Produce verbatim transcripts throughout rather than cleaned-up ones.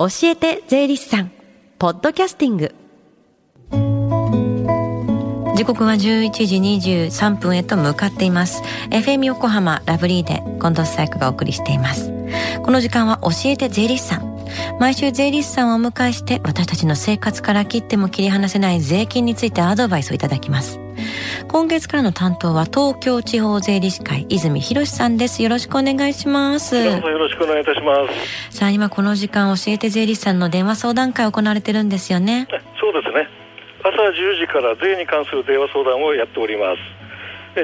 教えて税理士さんポッドキャスティング。時刻はじゅういちじにじゅうさんぷんへと向かっています。 エフエム 横浜ラブリーで近藤紗友香がお送りしています。この時間は教えて税理士さん。毎週税理士さんをお迎えして私たちの生活から切っても切り離せない税金についてアドバイスをいただきます。今月からの担当は東京地方税理士会泉博さんです。よろしくお願いします。 どうぞよろしくお願いいたします。 さあ、今この時間教えて税理士さんの電話相談会行われてるんですよね。 そうですね。朝じゅうじから税に関する電話相談をやっております。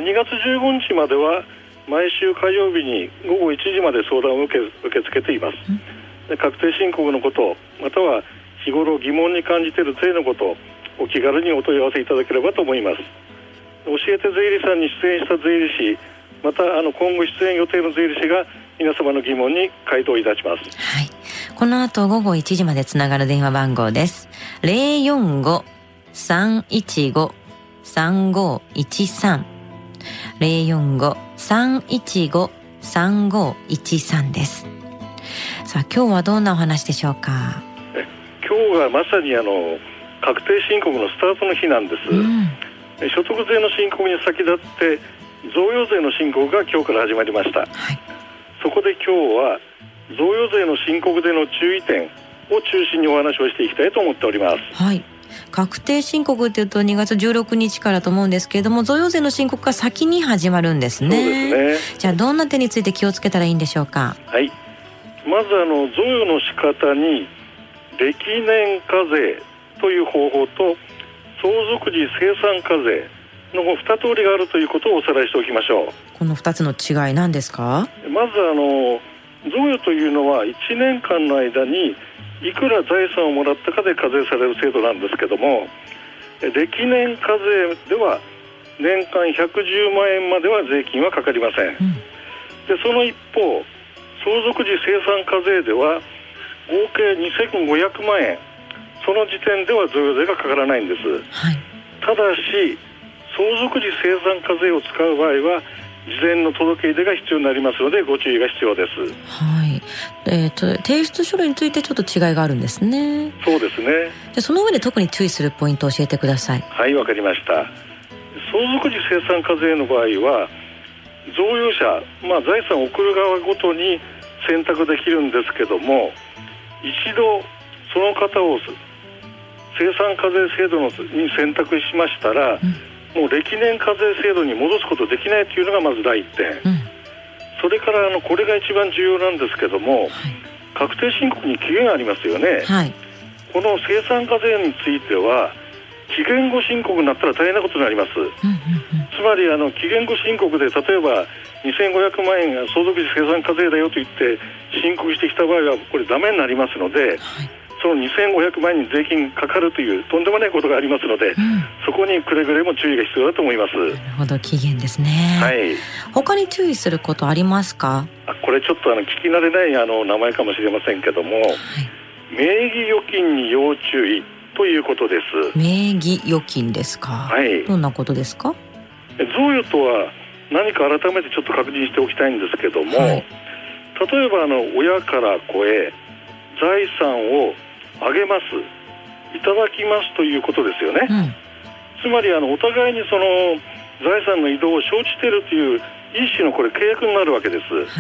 にがつじゅうごにちまでは毎週火曜日にごごいちじまで相談を受け、受け付けています。で、確定申告のこと、または日頃疑問に感じている税のこと、お気軽にお問い合わせいただければと思います。教えて税理士さんに出演した税理士、またあの今後出演予定の税理士が皆様の疑問に回答いたします。 はい、この後ごごいちじまでつながる電話番号です。 ゼロよんご さんいちご さんごいちさん ゼロよんご さんいちご さんごいちさんです。さあ、今日はどんなお話でしょうか。 え今日がまさにあの確定申告のスタートの日なんです、うん、所得税の申告に先立って贈与税の申告が今日から始まりました、はい、そこで今日は贈与税の申告での注意点を中心にお話をしていきたいと思っております。 はい、確定申告っていうとにがつじゅうろくにちからと思うんですけれども、贈与税の申告が先に始まるんですね。 そうですね。 じゃあどんな点について気をつけたらいいんでしょうか。 はい、まずあの贈与の仕方に歴年課税という方法と相続時生産課税のに通りがあるということをおさらいしておきましょう。 このふたつの違い何ですか。 まずあの贈与というのはいちねんかんの間にいくら財産をもらったかで課税される制度なんですけども、歴年課税では年間ひゃくじゅうまんえんまでは税金はかかりません、うん、でその一方相続時生産課税では合計にせんごひゃくまんえん、その時点では贈与税がかからないんです、はい、ただし相続時生産課税を使う場合は事前の届け出が必要になりますのでご注意が必要です。 はい、えー、と提出書類についてちょっと違いがあるんですね。 そうですね。 じゃその上で特に注意するポイントを教えてください。 はい、わかりました。相続時生産課税の場合は贈与者、まあ、財産を送る側ごとに選択できるんですけども、一度その方を生産課税制度に選択しましたら、うん、もう歴年課税制度に戻すことできないというのがまず第一点、うん、それからあのこれが一番重要なんですけども、はい、確定申告に期限がありますよね、はい、この生産課税については期限後申告になったら大変なことになります、うんうんうん、つまりあの期限後申告で例えばにせんごひゃくまんえんが相続時生産課税だよと言って申告してきた場合はこれダメになりますので、はい、そのにせんごひゃくまんえんに税金かかるというとんでもないことがありますので、うん、そこにくれぐれも注意が必要だと思います。なるほど、期限ですね、はい、他に注意することありますか。 あこれちょっとあの聞き慣れないあの名前かもしれませんけども、はい、名義預金に要注意ということです。 名義預金ですか。はい、どんなことですか。 贈与とは何か改めてちょっと確認しておきたいんですけども、はい、例えばあの親から子へ財産をあげます、いただきますということですよね、うん、つまりあのお互いにその財産の移動を承知しているという一種のこれ契約になるわけです、はい、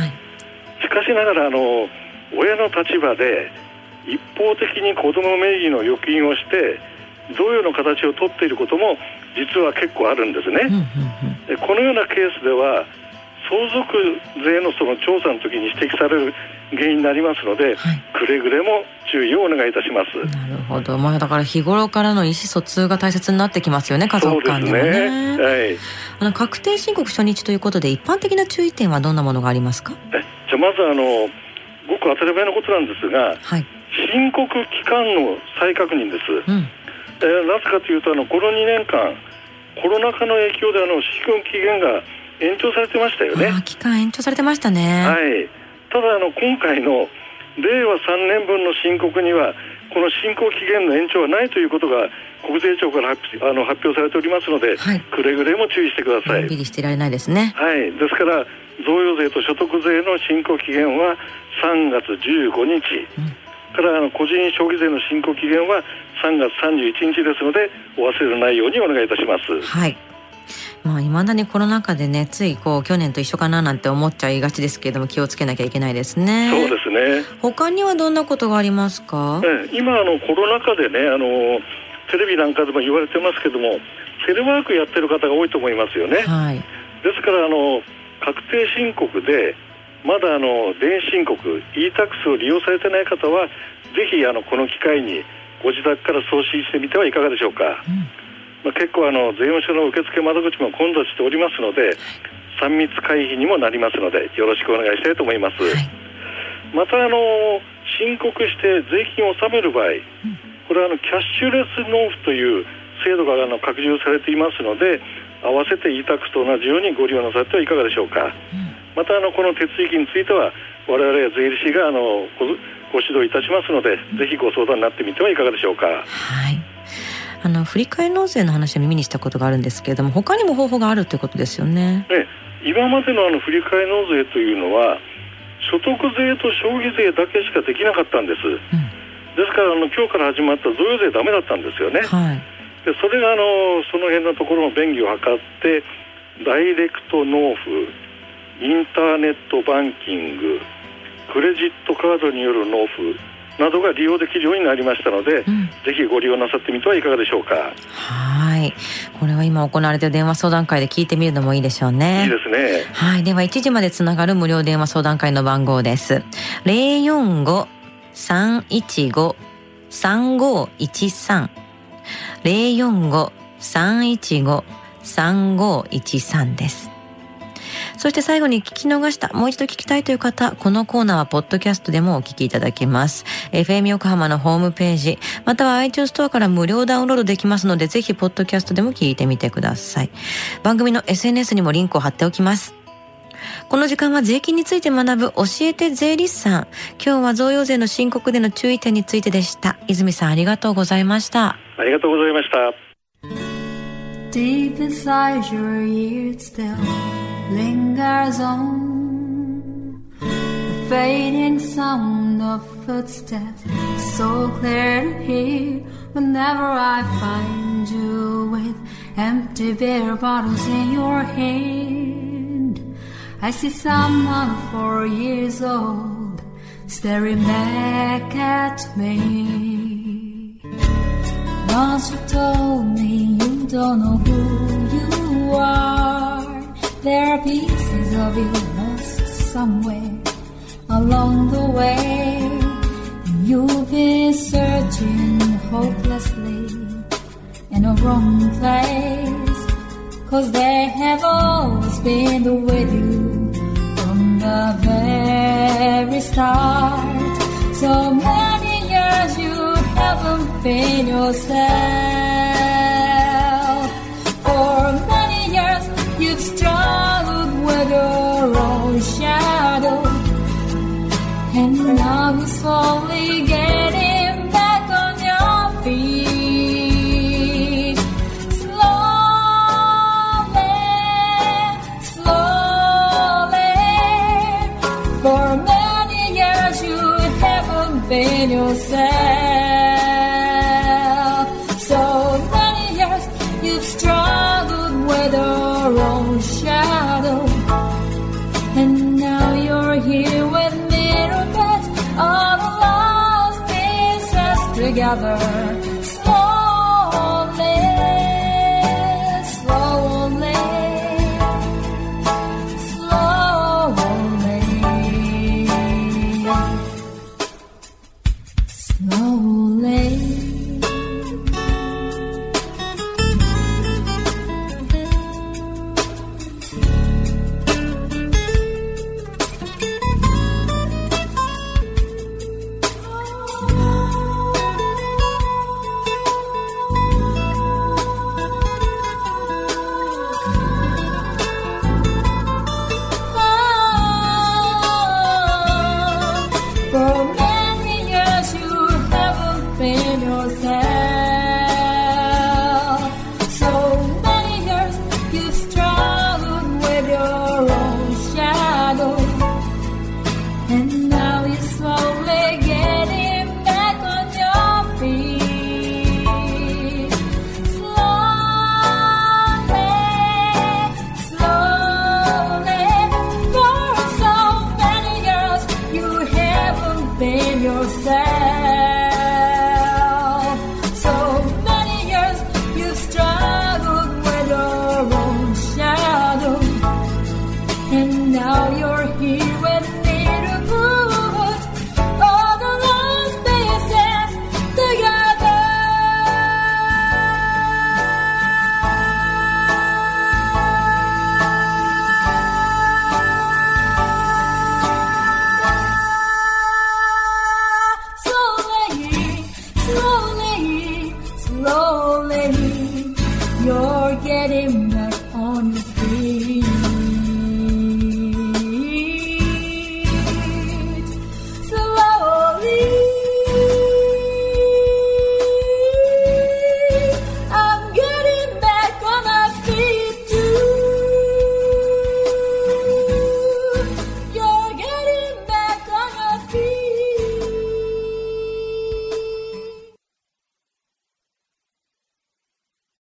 しかしながらあの親の立場で一方的に子ども名義の預金をして贈与の形を取っていることも実は結構あるんですね、うんうんうん、このようなケースでは相続税のその調査の時に指摘される原因になりますので、はい、くれぐれも注意をお願いいたします。 なるほど、まあ、だから日頃からの意思疎通が大切になってきますよね、家族間でもね。そうですね、はい、あの確定申告初日ということで一般的な注意点はどんなものがありますか。 えじゃあまずあのごく当たり前のことなんですが、はい、申告期間の再確認です、うんえー、なぜかというとあのこのにねんかんコロナ禍の影響であの支給期限が延長されてましたよね。 あ期間延長されてましたね。 はい、ただあの今回のれいわさんねんぶんの申告にはこの申告期限の延長はないということが国税庁から発あの発表されておりますので、はい、くれぐれも注意してください。 のんびりしていられないですね。 はい、ですから贈与税と所得税の申告期限はさんがつじゅうごにち、うん、 からあの個人消費税の申告期限はさんがつさんじゅういちにちですのでお忘れのないようにお願いいたします。 はい。まあ、未だにコロナ禍でね、ついこう去年と一緒かななんて思っちゃいがちですけれども、気をつけなきゃいけないですね。 そうですね。 他にはどんなことがありますか？ え今あのコロナ禍でね、あのテレビなんかでも言われてますけども、テレワークやってる方が多いと思いますよね。 はい、 ですからあの確定申告でまだあの電子申告 e タックスを利用されてない方は、ぜひあのこの機会にご自宅から送信してみてはいかがでしょうか。うん、まあ、結構あの税務署の受付窓口も混雑しておりますので、さん密回避にもなりますのでよろしくお願いしたいと思います。はい、またあの申告して税金を納める場合、うん、これはあのキャッシュレス納付という制度があの拡充されていますので、合わせて e タックスと同じようにご利用なさってはいかがでしょうか。うん、またあのこの手続きについては我々税理士があの ご, ご指導いたしますので、ぜひご相談になってみてはいかがでしょうか。 はい、あの振り替え納税の話は耳にしたことがあるんですけれども、他にも方法があるということですよね。 ね、今までのあの振り替え納税というのは所得税と消費税だけしかできなかったんです。うん、ですからあの今日から始まった贈与税ダメだったんですよね。はい、でそれがあのその辺のところの便宜を図って、ダイレクト納付、インターネットバンキング、クレジットカードによる納付などが利用できるようになりましたので、うん、ぜひご利用なさってみてはいかがでしょうか。 はい、これは今行われている電話相談会で聞いてみるのもいいでしょうね。 いいですね。 はい、ではいちじまでつながる無料電話相談会の番号です。 ゼロよんご さんいちご さんごいちさん ゼロよんご さんいちご さんごいちさん です。そして最後に聞き逃した、もう一度聞きたいという方、このコーナーはポッドキャストでもお聞きいただけます。 エフエム 横浜のホームページまたは iTunes ストアから無料ダウンロードできますので、ぜひポッドキャストでも聞いてみてください。番組の エスエヌエス にもリンクを貼っておきます。この時間は税金について学ぶ教えて税理士さん。今日は贈与税の申告での注意点についてでした。泉さん、ありがとうございました。 ありがとうございました。 Deep inside your ears still lingers on the fading sound of footsteps, so clear to hear whenever I find you with empty beer bottles in your hand. I see someone four years old staring back at me. Once you told me you don't know who you are.There are pieces of you lost somewhere along the way. You've been searching hopelessly in a wrong place, 'cause they have always been with you from the very start. So many years you haven't been yourself. For many years you've struggled with your own shadow, and now you're slowly getting back on your feet. Slowly, slowly. For many years you haven't been yourself. So many years you've struggled with your own shadow, and now you're here with mirror beds, all the lost pieces together. Slowly, slowly, slowly, slowly.「For many years you haven't been yourself.